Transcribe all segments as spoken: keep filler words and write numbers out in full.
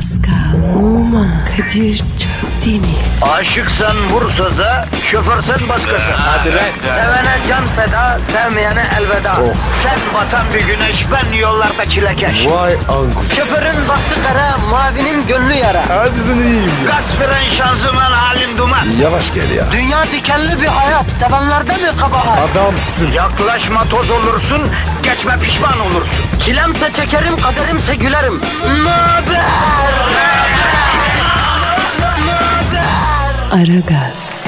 Pascal, Oman, Kadir çok değil mi? Aşıksan vursa da, şoförsen başkasın. Hadi lan. Sevene can feda, sevmeyene elveda. Oh. Sen batan bir güneş, ben yollarda çilekeş. Vay anku. Şoförün baktı kara, mavinin gönlü yara. Hadi sen iyiyim ya. Kasperen şanzıman halin duman. Yavaş gel ya. Dünya dikenli bir hayat, sevenlerde mi kabahar? Adamsın. Yaklaşma toz olursun, geçme pişman olursun. Çilemse çekerim, kaderimse gülerim. Möber! Aragaz.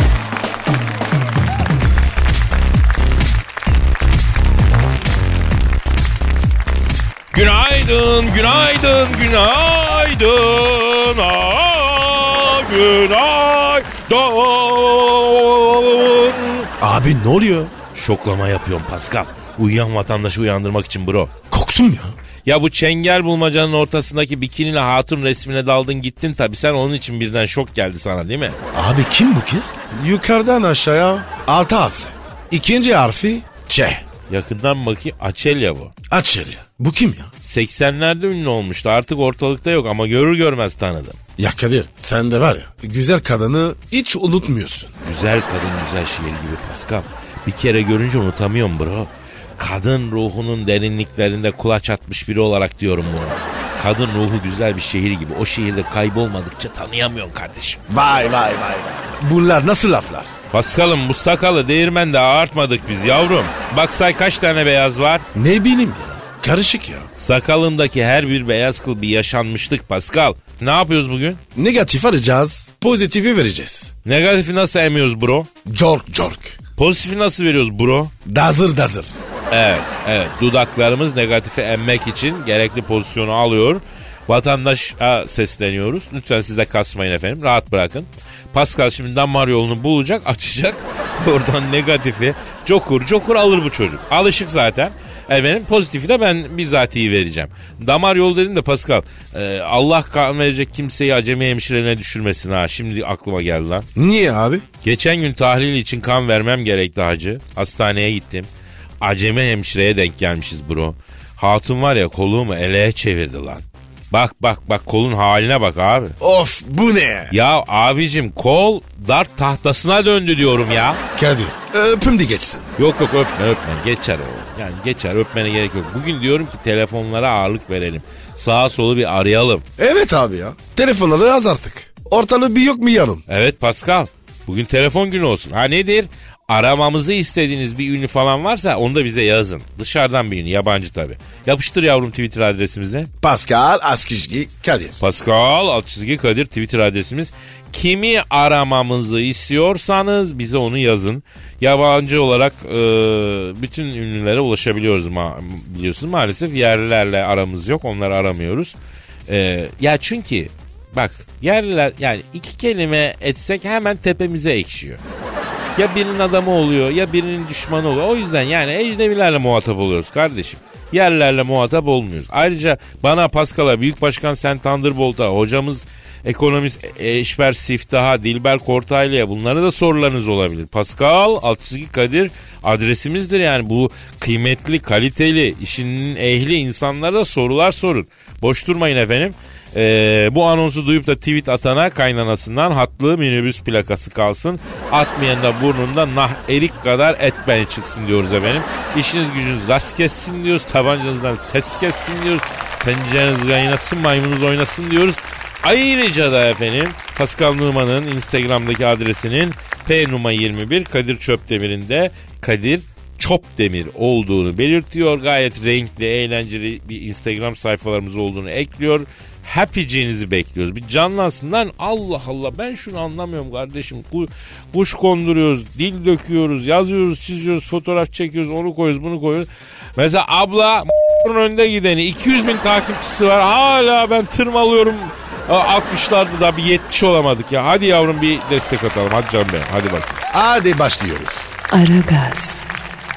Günaydın, günaydın, günaydın, aa, günaydın. Abi ne oluyor? Şoklama yapıyorum Pascal. Uyuyan vatandaşı uyandırmak için bro. Korktum ya. Ya bu çengel bulmacanın ortasındaki bikiniyle hatun resmine daldın gittin tabii. Sen onun için birden şok geldi sana değil mi? Abi kim bu kız? Yukarıdan aşağıya altı harfli. İkinci harfi Ç. Yakından bakayım, Açelya bu. Aç ya. Bu kim ya? seksenlerde ünlü olmuştu, artık ortalıkta yok ama görür görmez tanıdım. Ya Kadir sen de var ya güzel kadını hiç unutmuyorsun. Güzel kadın güzel şiir gibi Pascal. Bir kere görünce unutamıyorum bro. Kadın ruhunun derinliklerinde kulaç atmış biri olarak diyorum bunu. Kadın ruhu güzel bir şehir gibi. O şehirde kaybolmadıkça tanıyamıyorsun kardeşim. Vay vay vay vay. Bunlar nasıl laflar? Pascal'ım bu sakalı değirmende ağartmadık biz yavrum. Bak say kaç tane beyaz var? Ne bileyim ya. Karışık ya. Sakalındaki her bir beyaz kıl bir yaşanmışlık Pascal. Ne yapıyoruz bugün? Negatif arayacağız. Pozitifi vereceğiz. Negatifi nasıl emiyoruz bro? Cork cork. Pozitifi nasıl veriyoruz bro? Dazır dazır. Evet, evet. Dudaklarımız negatifi emmek için gerekli pozisyonu alıyor. Vatandaşa sesleniyoruz. Lütfen siz de kasmayın efendim. Rahat bırakın. Pascal şimdi damar yolunu bulacak, açacak. Oradan negatifi cokur cokur alır bu çocuk. Alışık zaten. Efendim pozitifi de ben bizatihi vereceğim. Damar yolu dedim de Pascal. E, Allah kan verecek kimseyi acemi hemşirelerine düşürmesin ha. Şimdi aklıma geldi lan. Niye abi? Geçen gün tahlil için kan vermem gerekti hacı. Hastaneye gittim. Acemi hemşireye denk gelmişiz bro. Hatun var ya kolumu eleğe çevirdi lan. Bak bak bak kolun haline bak abi. Of bu ne? Ya abicim kol dart tahtasına döndü diyorum ya. Kadir öpüm de geçsin. Yok yok öpme öpme geçer o. Yani geçer öpmene gerek yok. Bugün diyorum ki telefonlara ağırlık verelim. Sağa solu bir arayalım. Evet abi ya. Telefonları az artık. Ortalığı bir yok mu yarın? Evet Pascal. Bugün telefon günü olsun. Ha nedir? Aramamızı istediğiniz bir ünlü falan varsa onu da bize yazın. Dışarıdan bir ünlü, yabancı tabii. Yapıştır yavrum Twitter adresimize. Pascal Askizgi Kadir. Pascal alt çizgi Kadir Twitter adresimiz. Kimi aramamızı istiyorsanız bize onu yazın. Yabancı olarak e, bütün ünlülere ulaşabiliyoruz ma- biliyorsun. Maalesef yerlilerle aramız yok, onları aramıyoruz. E, ya çünkü bak yerliler yani iki kelime etsek hemen tepemize ekşiyor. Ya birinin adamı oluyor ya birinin düşmanı oluyor. O yüzden yani ecnebilerle muhatap oluyoruz kardeşim. Yerlerle muhatap olmuyoruz. Ayrıca bana, Pascal'a, Büyük Başkan Sen Thunderbolt'a, hocamız ekonomist Eşber Siftah'a, Dilber Kortaylı'ya bunlara da sorularınız olabilir. Pascal alt çizgi Kadir adresimizdir yani. Bu kıymetli, kaliteli, işinin ehli insanlara da sorular sorun. Boş durmayın efendim. Ee, bu anonsu duyup da tweet atana kaynanasından hatlı minibüs plakası kalsın. Atmayan da burnunda nah erik kadar et beni çıksın diyoruz efendim. İşiniz gücünüz rast kessin diyoruz. Tabancanızdan ses kessin diyoruz. Tencereniz kaynasın, maymunuz oynasın diyoruz. Ayrıca da efendim Pascal Numan'ın Instagram'daki adresinin P Numa yirmi bir Kadir Çöpdemir'in de Kadir Çopdemir olduğunu belirtiyor. Gayet renkli, eğlenceli bir Instagram sayfalarımız olduğunu ekliyor. Happy'ciğinizi bekliyoruz. Bir canlansın lan. Allah Allah, ben şunu anlamıyorum kardeşim. Kuş konduruyoruz, dil döküyoruz, yazıyoruz, çiziyoruz, fotoğraf çekiyoruz, onu koyuyoruz, bunu koyuyoruz. Mesela abla önde gideni iki yüz bin takipçisi var. Hala ben tırmalıyorum. altmışlarda da bir yetmiş olamadık ya. Hadi yavrum bir destek atalım. Hadi canım benim. Hadi bakayım. Hadi başlıyoruz. Aragaz.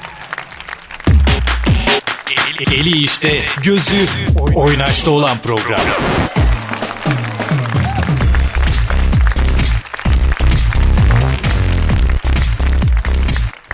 Eli işte, gözü oynaşta olan program.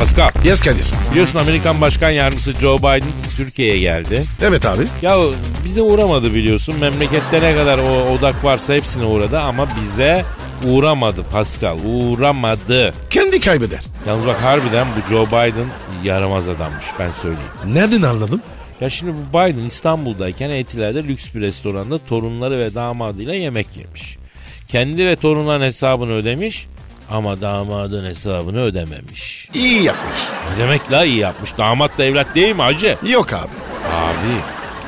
Pascal, Yes Kadir. biliyorsun Amerikan Başkan Yardımcısı Joe Biden Türkiye'ye geldi. Evet abi. Ya bize uğramadı biliyorsun. Memlekette ne kadar o odak varsa hepsine uğradı ama bize uğramadı Pascal. Uğramadı. Kendi kaybeder. Yalnız bak harbiden bu Joe Biden yaramaz adammış, ben söyleyeyim. Nereden anladım? Ya şimdi bu Biden İstanbul'dayken Etiler'de lüks bir restoranda torunları ve damadıyla yemek yemiş. Kendi ve torunların hesabını ödemiş ama damadın hesabını ödememiş. İyi yapmış. Ne demek la iyi yapmış? Damat da evlat değil mi hacı? Yok abi. Abi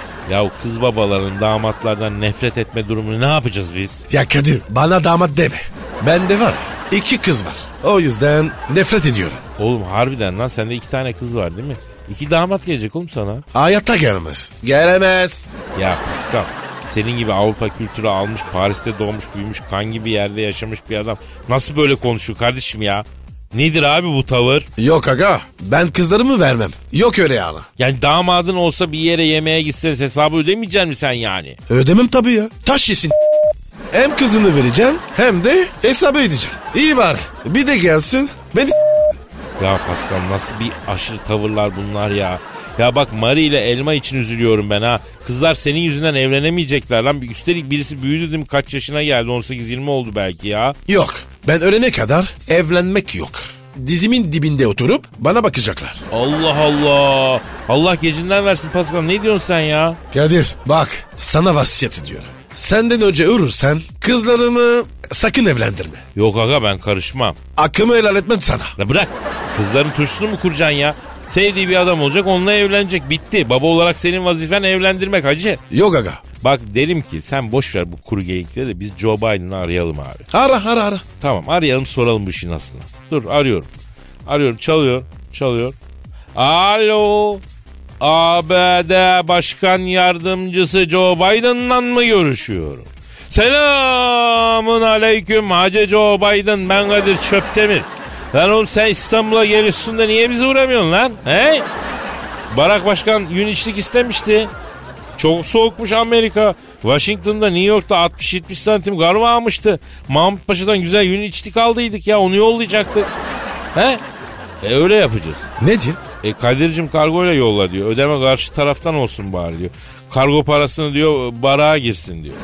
ya kız babaların damatlardan nefret etme durumunu ne yapacağız biz? Ya Kadir bana damat deme. Bende var. İki kız var. O yüzden nefret ediyorum. Oğlum harbiden lan sende iki tane kız var değil mi? İki damat gelecek oğlum sana. Hayatta gelmez. Gelemez. Ya Pascal, senin gibi Avrupa kültürü almış, Paris'te doğmuş büyümüş, kan gibi yerde yaşamış bir adam nasıl böyle konuşuyor kardeşim ya? Nedir abi bu tavır? Yok aga. Ben kızlarımı vermem. Yok öyle yani. Yani damadın olsa bir yere yemeğe gitseniz hesabı ödemeyecek misin sen yani? Ödemem tabii ya. Taş yesin. Hem kızını vereceğim hem de hesabı ödeyeceğim. İyi bari. Bir de gelsin beni Ya Pascal nasıl bir aşırı tavırlar bunlar ya. Ya bak Mari ile Elma için üzülüyorum ben ha. Kızlar senin yüzünden evlenemeyecekler lan. Üstelik birisi büyüdü değil mi? Kaç yaşına geldi? on sekiz yirmi oldu belki ya. Yok. Ben ölene kadar evlenmek yok. Dizimin dibinde oturup bana bakacaklar. Allah Allah. Allah gecinden versin Pascal. Ne diyorsun sen ya? Kadir bak sana vasiyet ediyorum. Senden önce ölürsen kızlarımı sakın evlendirme. Yok aga ben karışmam. Hakkımı helal etmem sana. La bırak. Kızların turşusunu mu kuracaksın ya? Sevdiği bir adam olacak, onunla evlenecek. Bitti. Baba olarak senin vazifen evlendirmek hacı. Yok aga. Bak derim ki sen boş ver bu kuru geyikleri de biz Joe Biden'ı arayalım abi. Ara ara ara. Tamam arayalım soralım bu işin aslında. Dur arıyorum. Arıyorum çalıyor. Çalıyor. Alo. A B D Başkan Yardımcısı Joe Biden'la mı görüşüyorum? Selamun aleyküm Hacı Joe Biden, ben Kadir Çöptemir. Lan oğlum sen İstanbul'a geliyorsun da niye bizi uğramıyorsun lan? He? Barack Başkan yün içlik istemişti. Çok soğukmuş Amerika. Washington'da New York'ta altmış yetmiş santim kar varmıştı. Mahmut Paşa'dan güzel yün içlik aldıydık ya, onu yollayacaktık. He? E öyle yapacağız. Ne diyor? E Kadir'cim kargoyla yolla diyor. Ödeme karşı taraftan olsun bari diyor. Kargo parasını diyor barağa girsin diyor.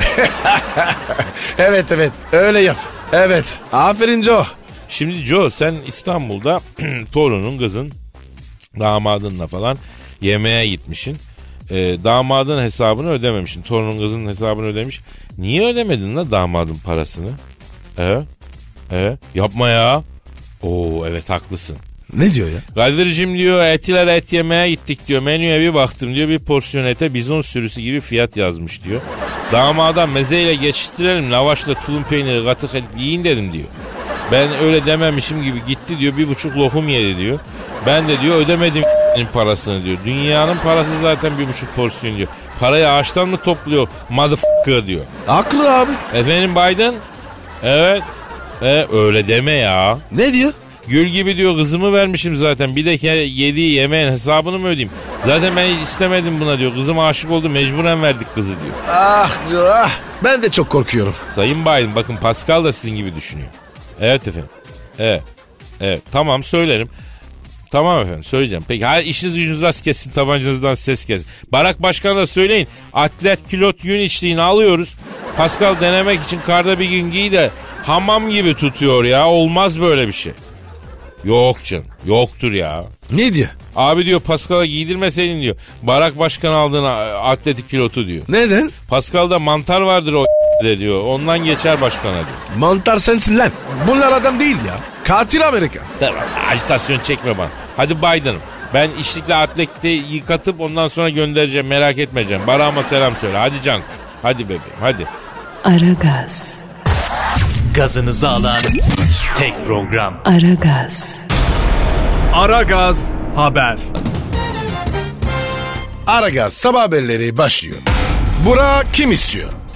Evet evet öyle yap. Evet aferin Joe. Şimdi Joe sen İstanbul'da torunun kızın damadınla falan yemeğe gitmişsin. E, damadın hesabını ödememişsin. Torunun kızının hesabını ödemiş. Niye ödemedin la damadın parasını? E? E? Yapma ya. Oo evet haklısın. Ne diyor ya? Kadir'cim diyor etiler et yemeye gittik diyor. Menüye bir baktım diyor, bir porsiyon ete bizon sürüsü gibi fiyat yazmış diyor. Damada mezeyle geçiştirelim, lavaşla tulum peyniri katık edip yiyin dedim diyor. Ben öyle dememişim gibi gitti diyor, bir buçuk lokum yedi diyor. Ben de diyor ödemedim parasını diyor. Dünyanın parası zaten bir buçuk porsiyon diyor. Parayı ağaçtan mı topluyor motherfucker diyor. Haklı abi. Efendim Biden? Evet. E, öyle deme ya. Ne diyor? Gül gibi diyor kızımı vermişim zaten. Bir de yediği yemeğin hesabını mı ödeyeyim? Zaten ben istemedim buna diyor. Kızım aşık oldu, mecburen verdik kızı diyor. Ah Joe ah. Ben de çok korkuyorum. Sayın Biden bakın Pascal da sizin gibi düşünüyor. Evet efendim. Evet. Evet tamam söylerim. Tamam efendim söyleyeceğim. Peki hadi işiniz gücünüz rast kessin, tabancanızdan ses kes. Barak Başkan'a da söyleyin. Atlet kilot yün içtiğini alıyoruz. Pascal denemek için karda bir gün giy de hamam gibi tutuyor ya. Olmaz böyle bir şey. Yok canım. Yoktur ya. Ne diyor? Abi diyor Pascal'a giydirmeseydin diyor. Barak Başkan aldığın atletik kilotu diyor. Neden? Pascal'da mantar vardır o de diyor. Ondan geçer başkana diyor. Mantar sensin lan. Bunlar adam değil ya. Katil Amerika. Tamam, ajitasyon çekme bana. Hadi Biden'ım. Ben içlikle atletikte yıkatıp ondan sonra göndereceğim, merak etmeyeceğim. Barak'ıma selam söyle. Hadi Cankuş. Hadi bebeğim hadi. Aragaz. Gazınızı alan tek program. Aragaz. Aragaz Haber. Aragaz sabah haberleri başlıyor. Burak kim istiyor?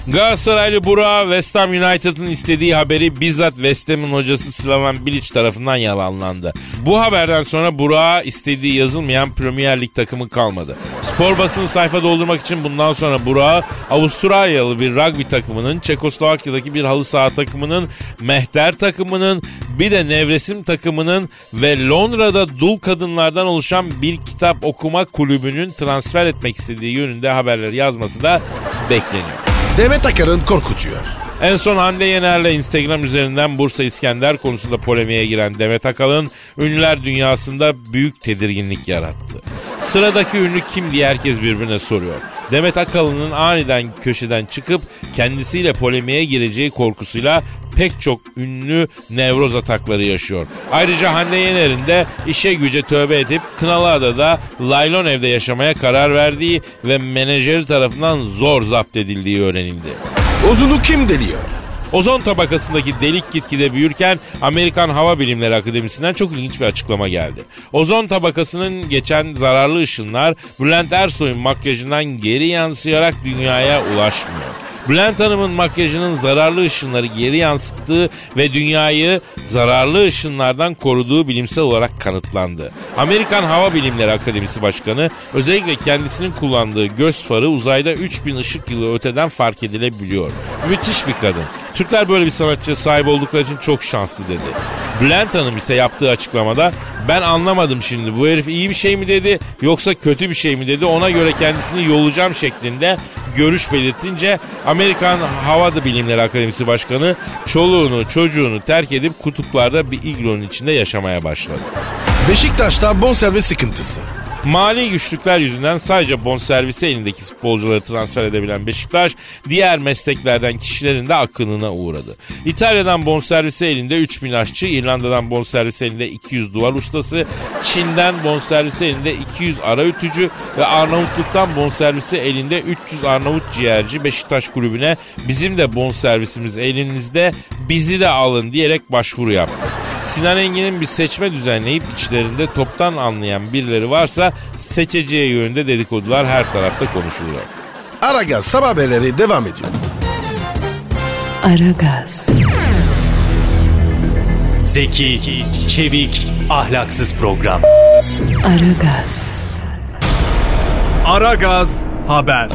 Galatasaraylı Burak'a West Ham United'ın istediği haberi bizzat West Ham'ın hocası Slaven Bilic tarafından yalanlandı. Bu haberden sonra Burak'a istediği yazılmayan Premier Lig takımı kalmadı. Spor basını sayfa doldurmak için bundan sonra Burak'a Avustralyalı bir rugby takımının, Çekoslovakya'daki bir halı saha takımının, mehter takımının, bir de nevresim takımının ve Londra'da dul kadınlardan oluşan bir kitap okuma kulübünün transfer etmek istediği yönünde haberler yazması da bekleniyor. Demet Akalın korkutuyor. En son Hande Yener'le Instagram üzerinden Bursa İskender konusunda polemiğe giren Demet Akalın ünlüler dünyasında büyük tedirginlik yarattı. Sıradaki ünlü kim diye herkes birbirine soruyor. Demet Akalın'ın aniden köşeden çıkıp kendisiyle polemiğe gireceği korkusuyla pek çok ünlü nevroz atakları yaşıyor. Ayrıca Hande Yener'in de işe güce tövbe edip Kınalıada'da laylon evde yaşamaya karar verdiği ve menajeri tarafından zor zapt edildiği öğrenildi. Ozonu kim deliyor? Ozon tabakasındaki delik gitgide büyürken Amerikan Hava Bilimleri Akademisi'nden çok ilginç bir açıklama geldi. Ozon tabakasının geçen zararlı ışınlar Bülent Ersoy'un makyajından geri yansıyarak dünyaya ulaşmıyor. Bülent Hanım'ın makyajının zararlı ışınları geri yansıttığı ve dünyayı zararlı ışınlardan koruduğu bilimsel olarak kanıtlandı. Amerikan Hava Bilimleri Akademisi Başkanı özellikle kendisinin kullandığı göz farı uzayda üç bin ışık yılı öteden fark edilebiliyor. Müthiş bir kadın. Türkler böyle bir sanatçıya sahip oldukları için çok şanslı dedi. Bülent Hanım ise yaptığı açıklamada ben anlamadım şimdi bu herif iyi bir şey mi dedi yoksa kötü bir şey mi dedi, ona göre kendisini yollayacağım şeklinde görüş belirtince Amerikan Hava Bilimleri Akademisi Başkanı çoluğunu çocuğunu terk edip kutuplarda bir iglonun içinde yaşamaya başladı. Beşiktaş'ta bonservis sıkıntısı. Mali güçlükler yüzünden sadece bonservisi elindeki futbolcuları transfer edebilen Beşiktaş diğer mesleklerden kişilerin de akınına uğradı. İtalya'dan bonservisi elinde üç bin aşçı, İrlanda'dan bonservisi elinde iki yüz duvar ustası, Çin'den bonservisi elinde iki yüz ara ütücü ve Arnavutluk'tan bonservisi elinde üç yüz Arnavut ciğerci Beşiktaş kulübüne bizim de bonservisimiz elinizde bizi de alın diyerek başvuru yaptı. Sinan Engin'in bir seçme düzenleyip içlerinde toptan anlayan birileri varsa seçeceği yönünde dedikodular her tarafta konuşuluyor. Aragaz sabah haberleri devam ediyor. Aragaz. Zeki, çevik, ahlaksız program. Aragaz. Aragaz haber.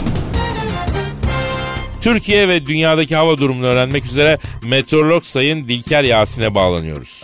Türkiye ve dünyadaki hava durumunu öğrenmek üzere meteorolog Sayın Dilker Yasin'e bağlanıyoruz.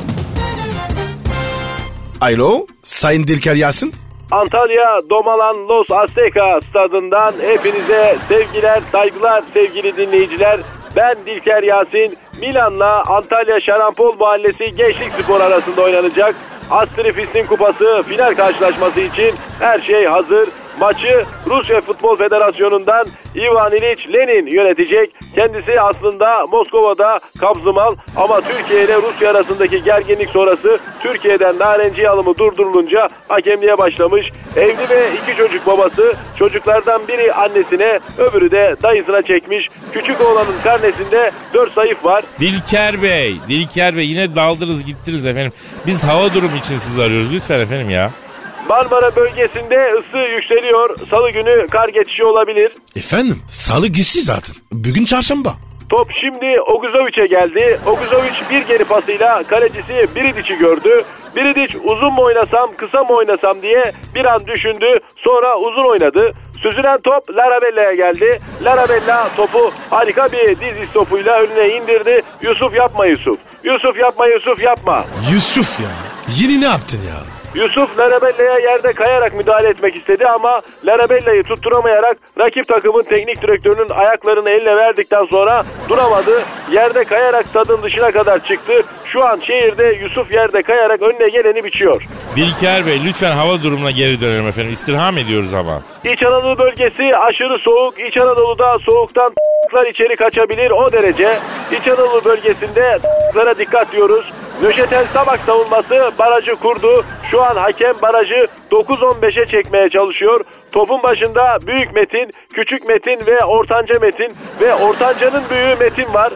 Alo, Sayın Dilker Yasin. Antalya Domalan Los Azteca stadından hepinize sevgiler, saygılar sevgili dinleyiciler. Ben Dilker Yasin. Milan'la Antalya Şarampol Mahallesi Gençlik Spor arasında oynanacak Astri Fistin Kupası final karşılaşması için her şey hazır. Maçı Rusya Futbol Federasyonu'ndan Ivan İliç Lenin yönetecek. Kendisi aslında Moskova'da kabzımal ama Türkiye ile Rusya arasındaki gerginlik sonrası Türkiye'den narenci alımı durdurulunca hakemliğe başlamış. Evli ve iki çocuk babası, çocuklardan biri annesine öbürü de dayısına çekmiş. Küçük oğlanın karnesinde dört zayıf var. Dilker Bey, Dilker Bey yine daldınız gittiniz efendim. Biz hava durumu için sizi arıyoruz lütfen efendim ya. Marmara bölgesinde ısı yükseliyor. Salı günü kar geçişi olabilir. Efendim, salı gitsi zaten. Bugün çarşamba. Top şimdi Oguzovic'e geldi. Oguzovic bir geri pasıyla kalecisi Biridic'i gördü. Biridic uzun mu oynasam kısa mı oynasam diye bir an düşündü. Sonra uzun oynadı. Süzülen top Larabella'ya geldi. Larabella topu harika bir diz istopuyla önüne indirdi. Yusuf yapma Yusuf. Yusuf yapma Yusuf yapma. Yusuf ya. Yeni ne yaptın ya? Yusuf Larabella'ya yerde kayarak müdahale etmek istedi ama Larabella'yı tutturamayarak rakip takımın teknik direktörünün ayaklarını eline verdikten sonra duramadı. Yerde kayarak stadın dışına kadar çıktı. Şu an şehirde Yusuf yerde kayarak önüne geleni biçiyor. Dilker Bey lütfen hava durumuna geri dönelim efendim. İstirham ediyoruz ama. İç Anadolu bölgesi aşırı soğuk. İç Anadolu'da soğuktan içeri kaçabilir o derece. İç Anadolu bölgesinde dikkat diyoruz. Nöşetel Sabak savunması barajı kurdu. Şu an hakem barajı dokuz on beşe çekmeye çalışıyor. Topun başında Büyük Metin, Küçük Metin ve Ortanca Metin ve Ortanca'nın büyüğü Metin var.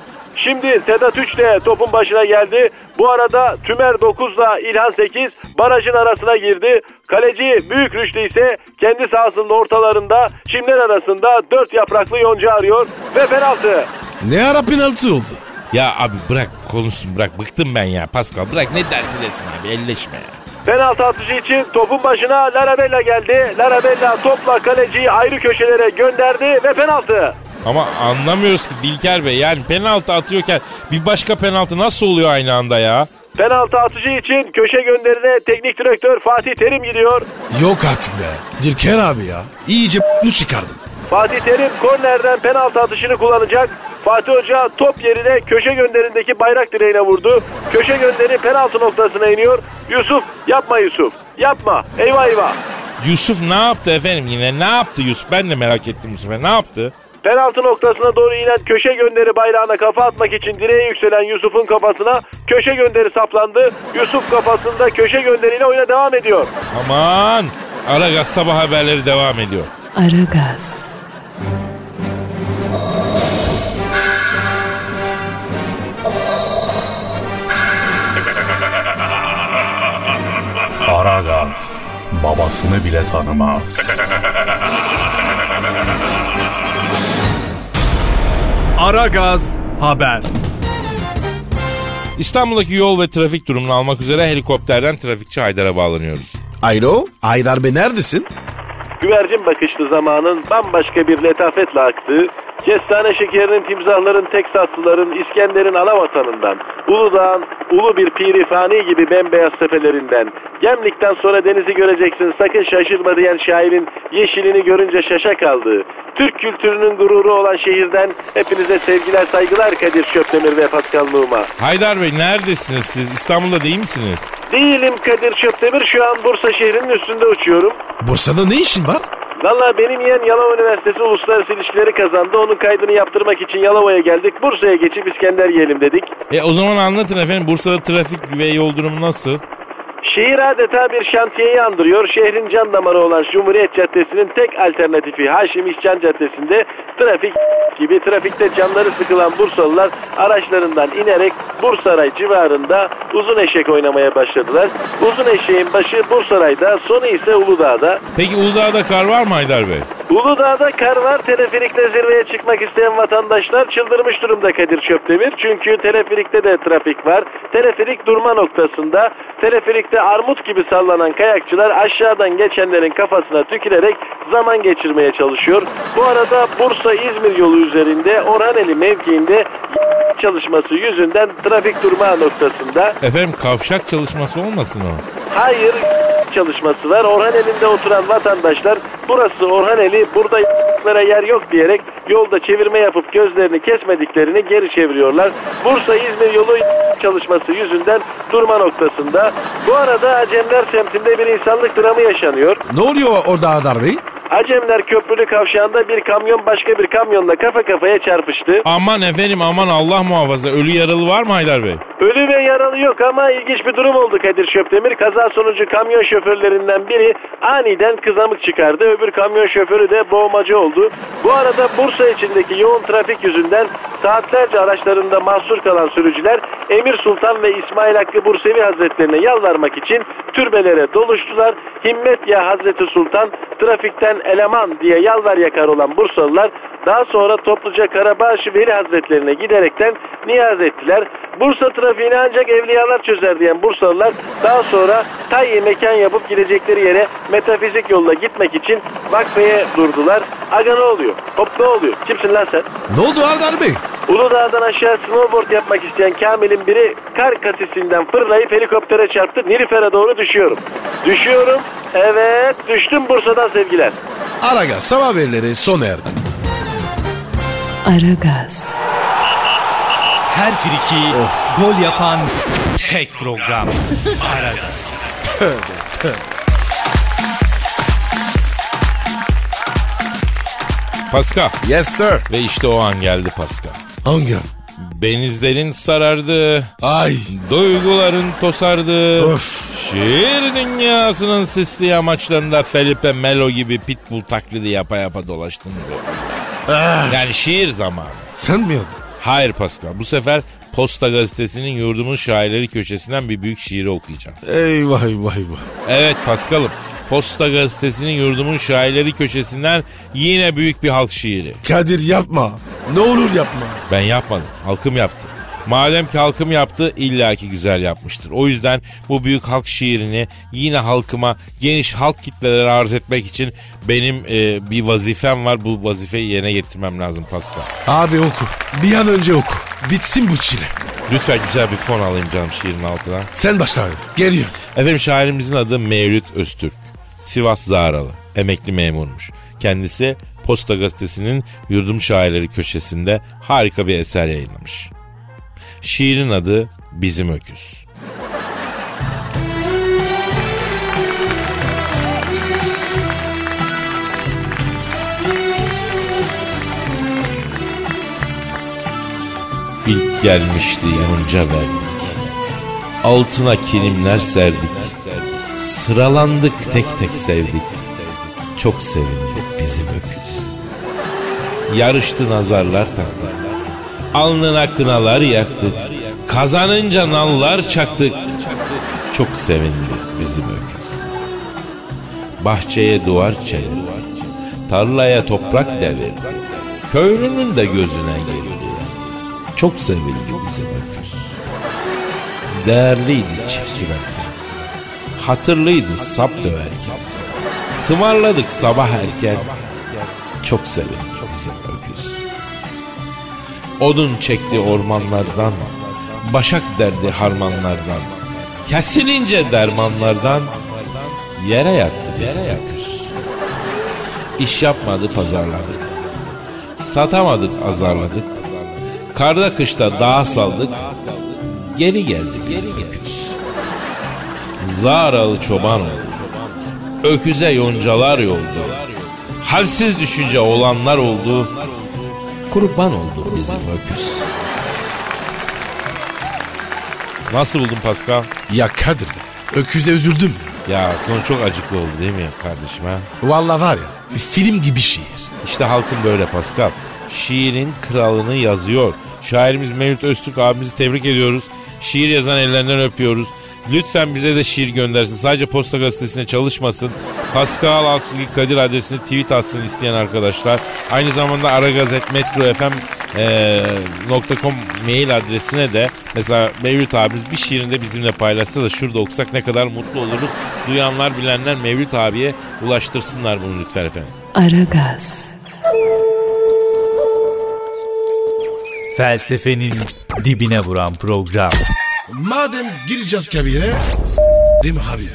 Şimdi Sedat üç de topun başına geldi. Bu arada Tümer dokuzla İlhan sekiz barajın arasına girdi. Kaleci Büyük Rüştü ise kendi sahasının ortalarında çimler arasında dört yapraklı yonca arıyor ve penaltı. Ne ara penaltı oldu? Ya abi bırak konuşsun, bırak, bıktım ben ya Pascal, bırak ne dersi desin abi, elleşme ya. Penaltı atışı için topun başına Larabella geldi. Larabella topla kaleciyi ayrı köşelere gönderdi ve penaltı. Ama anlamıyoruz ki Dilker Bey, yani penaltı atıyorken bir başka penaltı nasıl oluyor aynı anda ya? Penaltı atışı için köşe gönderine teknik direktör Fatih Terim gidiyor. Yok artık be. Dilker abi ya. İyice b***ını çıkardım. Fatih Terim kornerden penaltı atışını kullanacak. Fatih Hoca top yerine köşe gönderindeki bayrak direğine vurdu. Köşe gönderi penaltı noktasına iniyor. Yusuf yapma Yusuf yapma eyvah eyvah. Yusuf ne yaptı efendim yine, ne yaptı Yusuf, ben de merak ettim bu sefer, ne yaptı? Penaltı noktasına doğru inen köşe gönderi bayrağına kafa atmak için direğe yükselen Yusuf'un kafasına köşe gönderi saplandı. Yusuf kafasında köşe gönderiyle oyuna devam ediyor. Aman, Aragaz sabah haberleri devam ediyor. Aragaz. Aragaz babasını bile tanımaz. Aragaz haber. İstanbul'daki yol ve trafik durumunu almak üzere helikopterden trafikçi Haydar'a bağlanıyoruz. Alo, Haydar Bey neredesin? Güvercin bakışlı zamanın bambaşka bir letafetle aktığı, kestane şekerinin, timsahların, Teksaslıların, İskender'in ana vatanından, Uludağ'ın ulu bir pirifani gibi bembeyaz tepelerinden, Gemlik'ten sonra denizi göreceksin sakın şaşırma diyen şairin yeşilini görünce şaşa kaldığı, Türk kültürünün gururu olan şehirden hepinize sevgiler saygılar Kadir Çöptemir ve Pascal Numa. Haydar Bey neredesiniz siz? İstanbul'da değil misiniz? Değilim Kadir Çöptemir, şu an Bursa şehrinin üstünde uçuyorum. Bursa'da ne işin var? Valla benim yeğen Yalova Üniversitesi Uluslararası İlişkileri kazandı. Onun kaydını yaptırmak için Yalova'ya geldik. Bursa'ya geçip İskender yiyelim dedik. E o zaman anlatın efendim, Bursa'da trafik ve yol durumu nasıl? Şehir adeta bir şantiyeyi andırıyor. Şehrin can damarı olan Cumhuriyet Caddesi'nin tek alternatifi Haşim İşcan Caddesi'nde trafik gibi. Trafikte canları sıkılan Bursalılar araçlarından inerek Bursaray civarında uzun eşek oynamaya başladılar. Uzun eşeğin başı Bursaray'da, sonu ise Uludağ'da. Peki Uludağ'da kar var mı Haydar Bey? Uludağ'da kar var. Teleferikle zirveye çıkmak isteyen vatandaşlar çıldırmış durumda Kadir Çöptemir. Çünkü teleferikte de trafik var. Teleferik durma noktasında. Teleferikte armut gibi sallanan kayakçılar aşağıdan geçenlerin kafasına tükürerek zaman geçirmeye çalışıyor. Bu arada Bursa-İzmir yolu üzerinde Orhaneli mevkiinde çalışması yüzünden trafik durma noktasında. Efendim kavşak çalışması olmasın o? Hayır, çalışması var. Orhaneli'nde oturan vatandaşlar burası Orhaneli, burada y***lara yer yok diyerek yolda çevirme yapıp gözlerini kesmediklerini geri çeviriyorlar. Bursa-İzmir yolu çalışması yüzünden durma noktasında. Bu arada Acemler semtinde bir insanlık dramı yaşanıyor. Ne oluyor orada Haydar Bey? Acemler Köprülü kavşağında bir kamyon başka bir kamyonla kafa kafaya çarpıştı. Aman efendim aman, Allah muhafaza, ölü yaralı var mı Haydar Bey? Ölü ve yaralı yok ama ilginç bir durum oldu Kadir Çöptemir. Kaza sonucu kamyon şoförlerinden biri aniden kızamık çıkardı. Öbür kamyon şoförü de boğmacı oldu. Bu arada Bursa içindeki yoğun trafik yüzünden saatlerce araçlarında mahsur kalan sürücüler Emir Sultan ve İsmail Hakkı Bursevi Hazretlerine yalvarmak için türbelere doluştular. Himmet ya Hazreti Sultan, trafikten eleman diye yalvar yakar olan Bursalılar daha sonra topluca Karabaşı Veli Hazretlerine giderekten niyaz ettiler. Bursa trafiğini ancak evliyalar çözer diyen Bursalılar daha sonra tayyi mekan yapıp gidecekleri yere metafizik yolla gitmek için vakfeye durdular. Aga ne oluyor? Hop ne oluyor? Kimsin lan sen? Ne oldu Haydar Bey? Uludağ'dan aşağı snowboard yapmak isteyen Kamil'in biri kar kasisinden fırlayıp helikoptere çarptı. Nilüfer'e doğru düşüyorum. Düşüyorum. Evet düştüm, Bursa'dan sevgiler. Aragaz sabah haberleri sona erdi. Aragaz. Her friki gol yapan tek program. Aragaz. Pascal. Yes sir. Ve işte o an geldi Pascal. Hangi an? Benizlerin sarardı. Ay. Duyguların tosardı. Of. Şiir dünyasının sisli yamaçlarında Felipe Melo gibi pitbull taklidi yapa yapa dolaştım. Ah. Yani şiir zamanı. Sen mi yazdın? Hayır Pascal, bu sefer Posta Gazetesi'nin Yurdumun Şairleri köşesinden bir büyük şiiri okuyacağım. Eyvah eyvah eyvah. Evet Pascal'ım, Posta Gazetesi'nin Yurdumun Şairleri köşesinden yine büyük bir halk şiiri. Kadir yapma. Ne olur yapma. Ben yapmadım, halkım yaptı. Madem ki halkım yaptı, illaki güzel yapmıştır. O yüzden bu büyük halk şiirini yine halkıma, geniş halk kitlelere arz etmek için benim e, bir vazifem var. Bu vazifeyi yerine getirmem lazım Pascal. Abi oku. Bir an önce oku. Bitsin bu çile. Lütfen güzel bir fon alayım canım şiirin altına. Sen başla abi. Geliyor. Efendim, şairimizin adı Mevlüt Öztürk. Sivas Zahralı. Emekli memurmuş. Kendisi Posta Gazetesi'nin Yurdum Şairleri köşesinde harika bir eser yayınlamış. Şiirin adı Bizim Öküz. İlk gelmişti yonca verdik, altına kilimler serdik, sıralandık tek tek sevdik, çok sevindik bizim öküz. Yarıştı nazarlar taktık, alnına kınalar yaktık, kazanınca nallar çaktık, çok sevindik bizim öküz. Bahçeye duvar çevirdik, tarlaya toprak devirdik, köylünün de gözüne girdi, çok sevildi bizim öküz. Değerliydi çift sürekli, hatırlıydı sap döverken, tımarladık sabah erken, çok sevildi bizim öküz. Odun çekti ormanlardan, başak derdi harmanlardan, kesilince dermanlardan, yere yattı bizim öküz. İş yapmadı pazarladık, satamadık azarladık, karda kışta dağa saldık, geri geldi bizim öküz. Zahralı çoban oldu, öküze yoncalar yoldu, halsiz düşünce olanlar oldu, kurban oldu bizim öküz. Nasıl buldun Pascal? Ya Kadir be. Öküze üzüldüm. Ya sonu çok acıklı oldu değil mi kardeşim ha? Vallahi var ya, bir film gibi şiir. İşte halkın böyle Pascal. Şiirin kralını yazıyor. Şairimiz Mevlüt Öztürk abimizi tebrik ediyoruz. Şiir yazan ellerinden öpüyoruz. Lütfen bize de şiir göndersin. Sadece Posta Gazetesi'ne çalışmasın. Pascal Aksızgi Kadir adresine tweet atsın isteyen arkadaşlar. Aynı zamanda aragazetmetrofm nokta com mail adresine de mesela Mevlüt abimiz bir şiirinde bizimle paylaşsa da şurada okusak ne kadar mutlu oluruz. Duyanlar bilenler Mevlüt abiye ulaştırsınlar bunu lütfen efendim. Aragaz. Felsefenin dibine vuran program. Madem gireceğiz kabire, s***rim abi.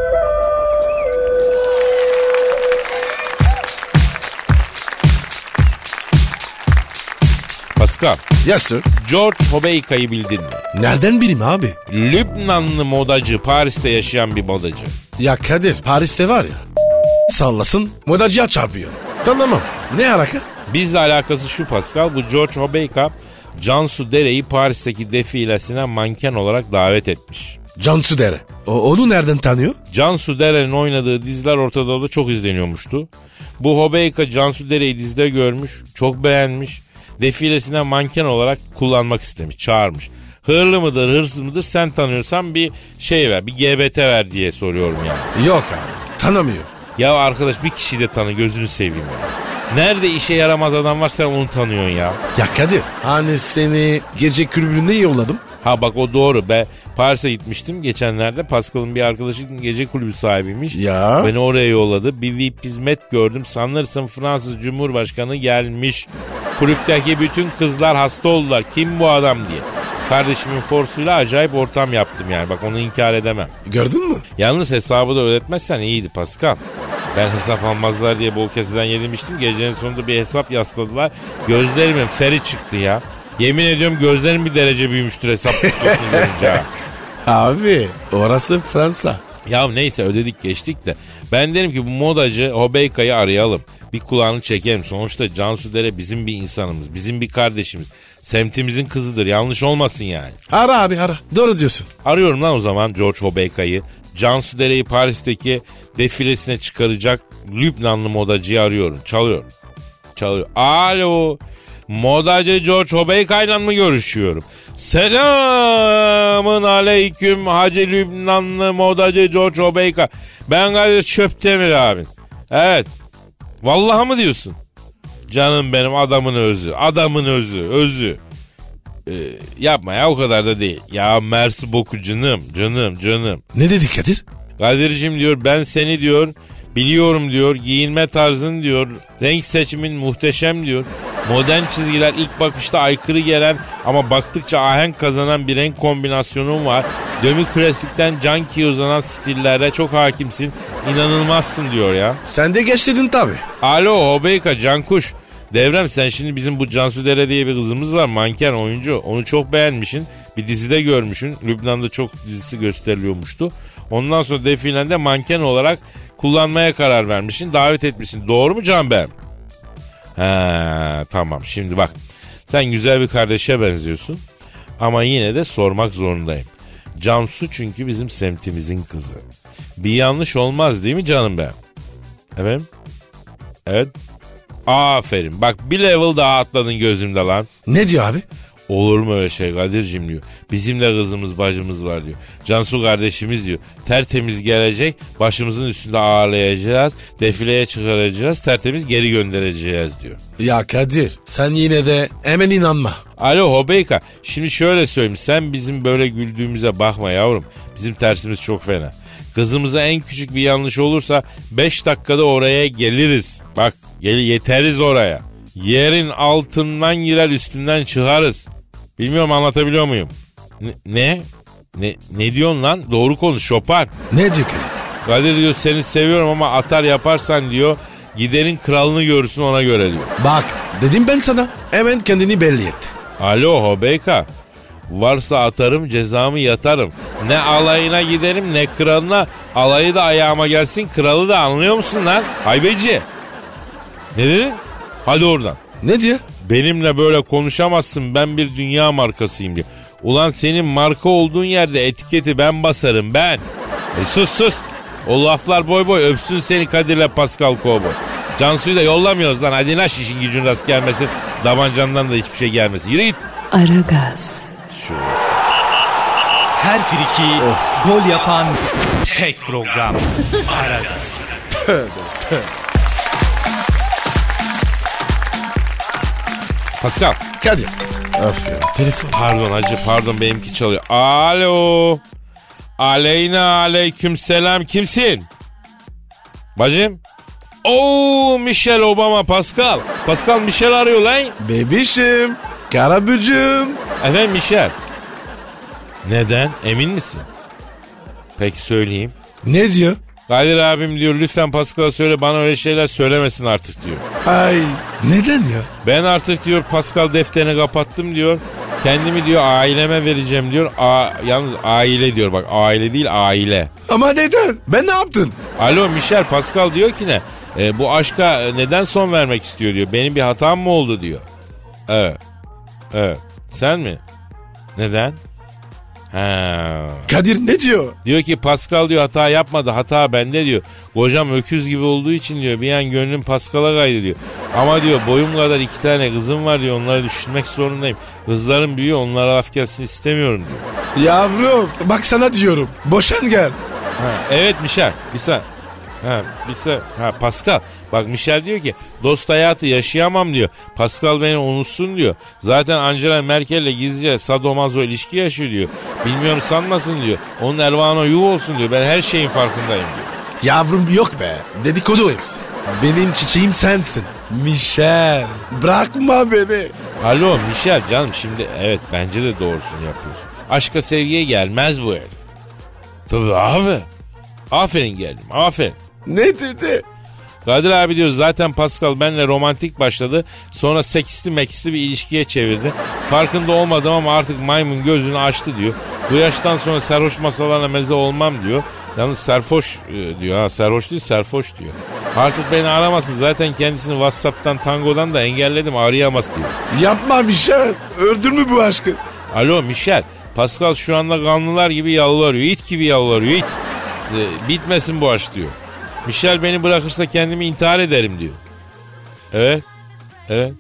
Pascal, Yes sir. George Hobeika'yı bildin mi? Nereden bileyim abi? Lübnanlı modacı, Paris'te yaşayan bir modacı. Ya Kadir, Paris'te var ya, sallasın modacıya çarpıyor. Tamam, ne alaka? Bizle alakası şu Pascal, bu George Hobeika Cansu Dere'yi Paris'teki defilesine manken olarak davet etmiş. Cansu Dere. O, onu nereden tanıyor? Cansu Dere'nin oynadığı diziler Orta Doğu'da çok izleniyormuştu. Bu Hobeika Cansu Dere'yi dizide görmüş, çok beğenmiş. Defilesine manken olarak kullanmak istemiş, çağırmış. Hırlı mıdır, hırsız mıdır sen tanıyorsan bir şey ver, bir G B T ver diye soruyorum yani. Yok abi, tanımıyor. Ya arkadaş bir kişiyi de tanı, gözünü seveyim ya. Nerede işe yaramaz adam var sen onu tanıyorsun ya. Ya Kadir, hani seni gece kulübüne yolladım. Ha bak o doğru, ben Paris'e gitmiştim geçenlerde. Pascal'ın bir arkadaşı gece kulübü sahibiymiş. Ya. Beni oraya yolladı. Bir V I P hizmet gördüm. Sanırsın Fransız Cumhurbaşkanı gelmiş. Kulüpteki bütün kızlar hasta oldular. Kim bu adam diye. Kardeşimin forsuyla acayip ortam yaptım yani. Bak onu inkar edemem. Gördün mü? Yalnız hesabı da ödetmezsen iyiydi Pascal. Ben hesap almazlar diye bol keseden yedirmiştim. Gecenin sonunda bir hesap yasladılar. Gözlerimin feri çıktı ya. Yemin ediyorum gözlerim bir derece büyümüştür hesap tuttuğunu görünce. Abi orası Fransa. Ya neyse ödedik geçtik de. Ben derim ki bu modacı Hobeika'yı arayalım. Bir kulağını çekelim. Sonuçta Cansu Dere bizim bir insanımız. Bizim bir kardeşimiz. Semtimizin kızıdır. Yanlış olmasın yani. Ara abi ara. Doğru diyorsun. Arıyorum lan o zaman George Hobeika'yı. Cansu Dere'yi Paris'teki defilesine çıkaracak Lübnanlı modacıyı arıyorum. Çalıyorum. Çalıyor. Alo. Modacı George Hobeyka'yla mı görüşüyorum? Selamın aleyküm Hacı Lübnanlı modacı George Hobeyka. Ben Kadir Çöptemir abin. Evet. Vallahi mı diyorsun? Canım benim, adamın özü. Adamın özü. Özü. Ee, yapma ya, o kadar da değil. Ya mersi boku canım. Canım canım. Ne dedi Kadir? Kadir'cim diyor, ben seni diyor biliyorum diyor, giyinme tarzın diyor, renk seçimin muhteşem diyor. Modern çizgiler ilk bakışta aykırı gelen ama baktıkça ahenk kazanan bir renk kombinasyonun var. Demi-klasikten junkie uzanan stillere çok hakimsin. İnanılmazsın diyor ya. Sen de geçtin tabii. Alo Hobeyka Cankuş. Devrem, sen şimdi bizim bu Cansu Dere diye bir kızımız var, manken oyuncu. Onu çok beğenmişsin. Bir dizide görmüşsün. Lübnan'da çok dizisi gösteriliyormuştu. Ondan sonra defilende manken olarak kullanmaya karar vermişsin. Davet etmişsin. Doğru mu Can Bey? He tamam, şimdi bak. Sen güzel bir kardeşe benziyorsun. Ama yine de sormak zorundayım. Cansu çünkü bizim semtimizin kızı. Bir yanlış olmaz değil mi canım benim? Evet. Evet. Aferin. Bak bir level daha atladın gözümde lan. Ne diyor abi? Olur mu öyle şey Kadir'cim diyor. Bizim de kızımız bacımız var diyor. Cansu kardeşimiz diyor. Tertemiz gelecek, başımızın üstünde ağırlayacağız. Defileye çıkaracağız, tertemiz geri göndereceğiz diyor. Ya Kadir, sen yine de hemen inanma. Alo Hobeyka, şimdi şöyle söyleyeyim. Sen bizim böyle güldüğümüze bakma yavrum. Bizim tersimiz çok fena. Kızımıza en küçük bir yanlış olursa beş dakikada oraya geliriz. Bak gel, yeteriz oraya. Yerin altından girer, üstünden çıkarız. Bilmiyorum anlatabiliyor muyum? N- ne? Ne ne diyorsun lan? Doğru konuş şopar. Ne diyor Kadir? Kadir diyor, seni seviyorum ama atar yaparsan diyor giderin kralını görürsün, ona göre diyor. Bak dedim ben sana, hemen kendini belli et. Alo Hobeyka. Varsa atarım, cezamı yatarım. Ne alayına giderim ne kralına. Alayı da ayağıma gelsin, kralı da, anlıyor musun lan? Haybeci. Ne dedin? Hadi oradan. Ne diyor? Benimle böyle konuşamazsın, ben bir dünya markasıyım diyor. Ulan senin marka olduğun yerde etiketi ben basarım ben. E sus sus. O laflar boy boy, öpsün seni Kadir'le Pascal Kovboy. Cansu'yu da yollamıyoruz lan, hadi naş, işin gücün rast gelmesin. Davancandan da hiçbir şey gelmesin. Yürü git. Aragaz. Şurası. Her friki gol yapan tek program. Aragaz. Pascal. Kadir. Of ya, telefon. Pardon hacı, pardon, benimki çalıyor. Alo. Aleyna aleyküm selam, kimsin? Bacım. Oo, Michelle Obama, Pascal. Pascal Michelle arıyor lan. Bebişim. Karabücüm. Efendim Michelle. Neden? Emin misin? Peki söyleyeyim. Ne diyor? Kadir abim diyor, lütfen Pascal'a söyle, bana öyle şeyler söylemesin artık diyor. Ay neden ya? Ben artık diyor Pascal defterini kapattım diyor. Kendimi diyor aileme vereceğim diyor. A, yalnız aile diyor, bak aile değil aile. Ama neden? Ben ne yaptın? Alo Michel, Pascal diyor ki ne? E, bu aşka neden son vermek istiyor diyor. Benim bir hatam mı oldu diyor. Evet. Evet. Sen mi? Neden? Ha. Kadir ne diyor? Diyor ki Pascal diyor hata yapmadı, hata bende diyor. Kocam öküz gibi olduğu için diyor bir an gönlüm Pascal'a kaydı diyor. Ama diyor boyum kadar iki tane kızım var diyor, onları düşünmek zorundayım. Kızlarım büyüyor, onlara laf gelsin istemiyorum diyor. Yavrum bak sana diyorum, boşan gel. Ha, evet Michel, bir saniye. Ha, bir saniye. Ha, Pascal. Bak Michel diyor ki dost hayatı yaşayamam diyor. Pascal beni unutsun diyor. Zaten Angela Merkel'le gizlice sadomazo ilişki yaşıyor diyor. Bilmiyorum sanmasın diyor. Onun Elvan'a yuh olsun diyor. Ben her şeyin farkındayım diyor. Yavrum yok be, dedikodu hepsi. Benim çiçeğim sensin. Michel bırakma beni. Alo Michel canım, şimdi evet bence de doğrusunu yapıyorsun. Aşka sevgiye gelmez bu herif. Tabii abi. Aferin geldim, aferin. Ne dedi? Kadir abi diyor zaten Pascal benimle romantik başladı. Sonra seksli meksli bir ilişkiye çevirdi. Farkında olmadım ama artık maymun gözünü açtı diyor. Bu yaştan sonra sarhoş masalarına meze olmam diyor. Yalnız serfoş diyor ha, sarhoş değil serfoş diyor. Artık beni aramasın, zaten kendisini WhatsApp'tan, Tango'dan da engelledim, arayamaz diyor. Yapma Michel, öldürme bu aşkı. Alo Michel, Pascal şu anda kanlılar gibi yalvarıyor, it gibi yalvarıyor, it. Bitmesin bu aşk diyor. Michel beni bırakırsa kendimi intihar ederim diyor. Evet. Evet.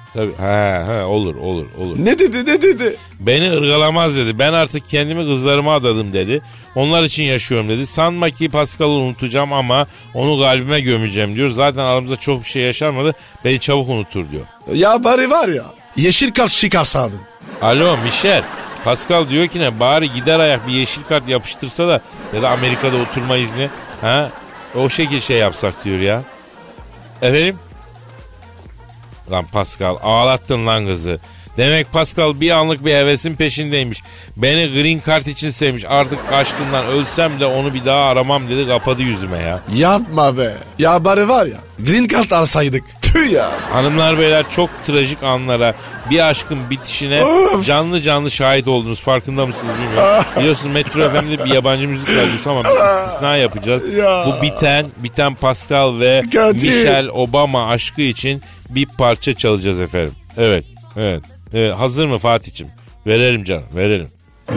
Tabii. He he olur olur olur. Ne dedi ne dedi? Beni ırgalamaz dedi. Ben artık kendimi kızlarıma adadım dedi. Onlar için yaşıyorum dedi. Sanma ki Pascal'ı unutacağım ama onu kalbime gömeceğim diyor. Zaten aramızda çok bir şey yaşanmadı. Beni çabuk unutur diyor. Ya bari var ya yeşil kart çıkarsaydın. Alo Michel. Pascal diyor ki ne bari gider ayak bir yeşil kart yapıştırsa da ya da Amerika'da oturma izni. Ha? O şekil şey yapsak diyor ya. Efendim? Lan Pascal ağlattın lan kızı. Demek Pascal bir anlık bir hevesin peşindeymiş. Beni green card için sevmiş. Artık aşkından ölsem de onu bir daha aramam dedi, kapadı yüzüme ya. Yapma be. Ya bari var ya green card alsaydık. Tüh ya. Hanımlar beyler çok trajik anlara, bir aşkın bitişine Of. canlı canlı şahit oldunuz. Farkında mısınız bilmiyorum. Biliyorsunuz Metro F M'de bir yabancı müzik radyosu ama bir istisna yapacağız. Ya. Bu biten, biten Pascal ve Kadir. Michelle Obama aşkı için bir parça çalacağız efendim. Evet, evet. Evet, hazır mı Fatih'ciğim? Verelim canım, verelim.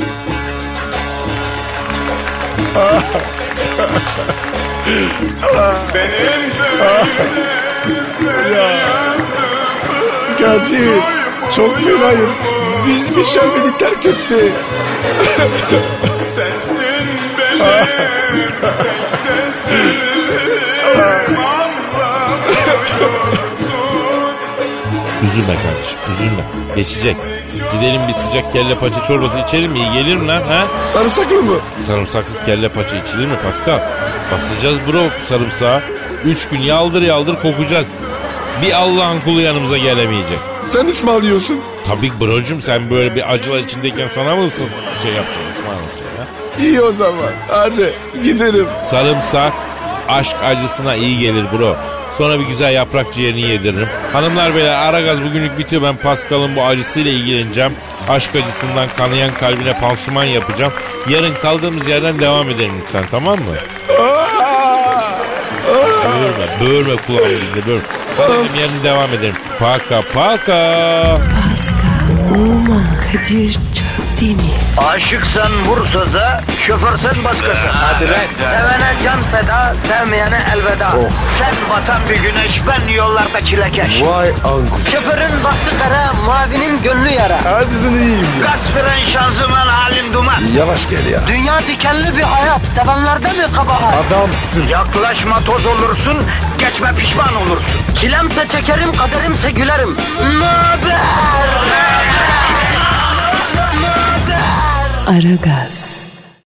Benim Kadir çok fenayım. Biz bir şey beni terk etti. Sensin benim tek teslim anlamıyorsun. Üzülme kardeşim, üzülme. Geçecek. Gidelim bir sıcak kelle paça çorbası içelim mi? İyi gelir mi lan ha? Sarımsaklı mı? Sarımsaksız kelle paça içilir mi Pascal? Basacağız bro sarımsağı. Üç gün yaldır yaldır kokacağız. Bir Allah'ın kulu yanımıza gelemeyecek. Sen ısmarlıyorsun. Tabii brocum, sen böyle bir acılar içindeyken sana mı ısın şey yapacaksın, ısmarlayacaksın ha? İyi o zaman. Hadi gidelim. Sarımsak aşk acısına iyi gelir bro. Sonra bir güzel yaprak ciğerini yediririm. Hanımlar beyler Aragaz bugünlük bitiyor. Ben Pascal'ın bu acısıyla ilgileneceğim. Aşk acısından kanayan kalbine pansuman yapacağım. Yarın kaldığımız yerden devam edelim lütfen, tamam mı? Böğürme, böğürme kulağımı dinle, böğürme. Hadi yarın devam edelim. Paka paka. Pascal, Oman, Kadir çok değil mi? Aşıksan vursa da, şoförsen başkasın. Hadi lan. Sevene can feda, sevmeyene elveda. Sen batan bir güneş, ben yollarda çilekeş. Vay anku. Şoförün baktı kara, mavinin gönlü yara. Hadi sen iyiyim ya. Kasperen şanzıman halin duman. Yavaş gel ya. Dünya dikenli bir hayat, sevenlerde mi kabahar? Adamsın. Yaklaşma toz olursun, geçme pişman olursun. Çilemse çekerim, kaderimse gülerim. Möber! Aragaz.